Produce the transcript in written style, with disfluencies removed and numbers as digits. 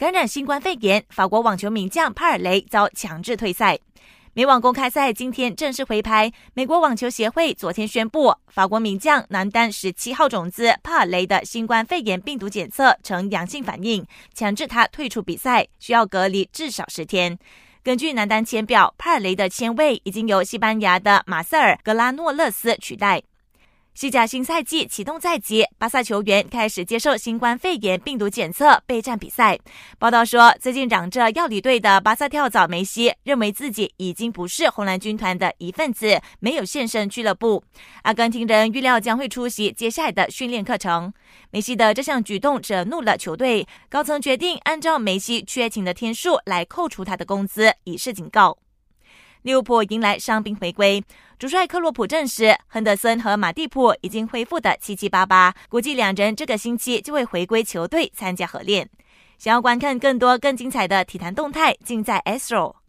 感染新冠肺炎，法国网球名将帕尔雷遭强制退赛。美网公开赛今天正式回拍，美国网球协会昨天宣布，法国名将男单17号种子帕尔雷的新冠肺炎病毒检测呈阳性反应，强制他退出比赛，需要隔离至少10天。根据男单签表，帕尔雷的签位已经由西班牙的马塞尔·格拉诺勒斯取代。西甲新赛季启动在即，巴萨球员开始接受新冠肺炎病毒检测，备战比赛。报道说，最近嚷着要离队的巴萨跳蚤梅西认为自己已经不是红蓝军团的一份子，没有现身俱乐部。阿根廷人预料将会出席接下来的训练课程。梅西的这项举动惹怒了球队，高层决定按照梅西缺勤的天数来扣除他的工资，以示警告。利物浦迎来伤兵回归，主帅克洛普证实，亨德森和马蒂普已经恢复的七七八八，估计两人这个星期就会回归球队参加合练。想要观看更多更精彩的体坛动态，尽在 Astro。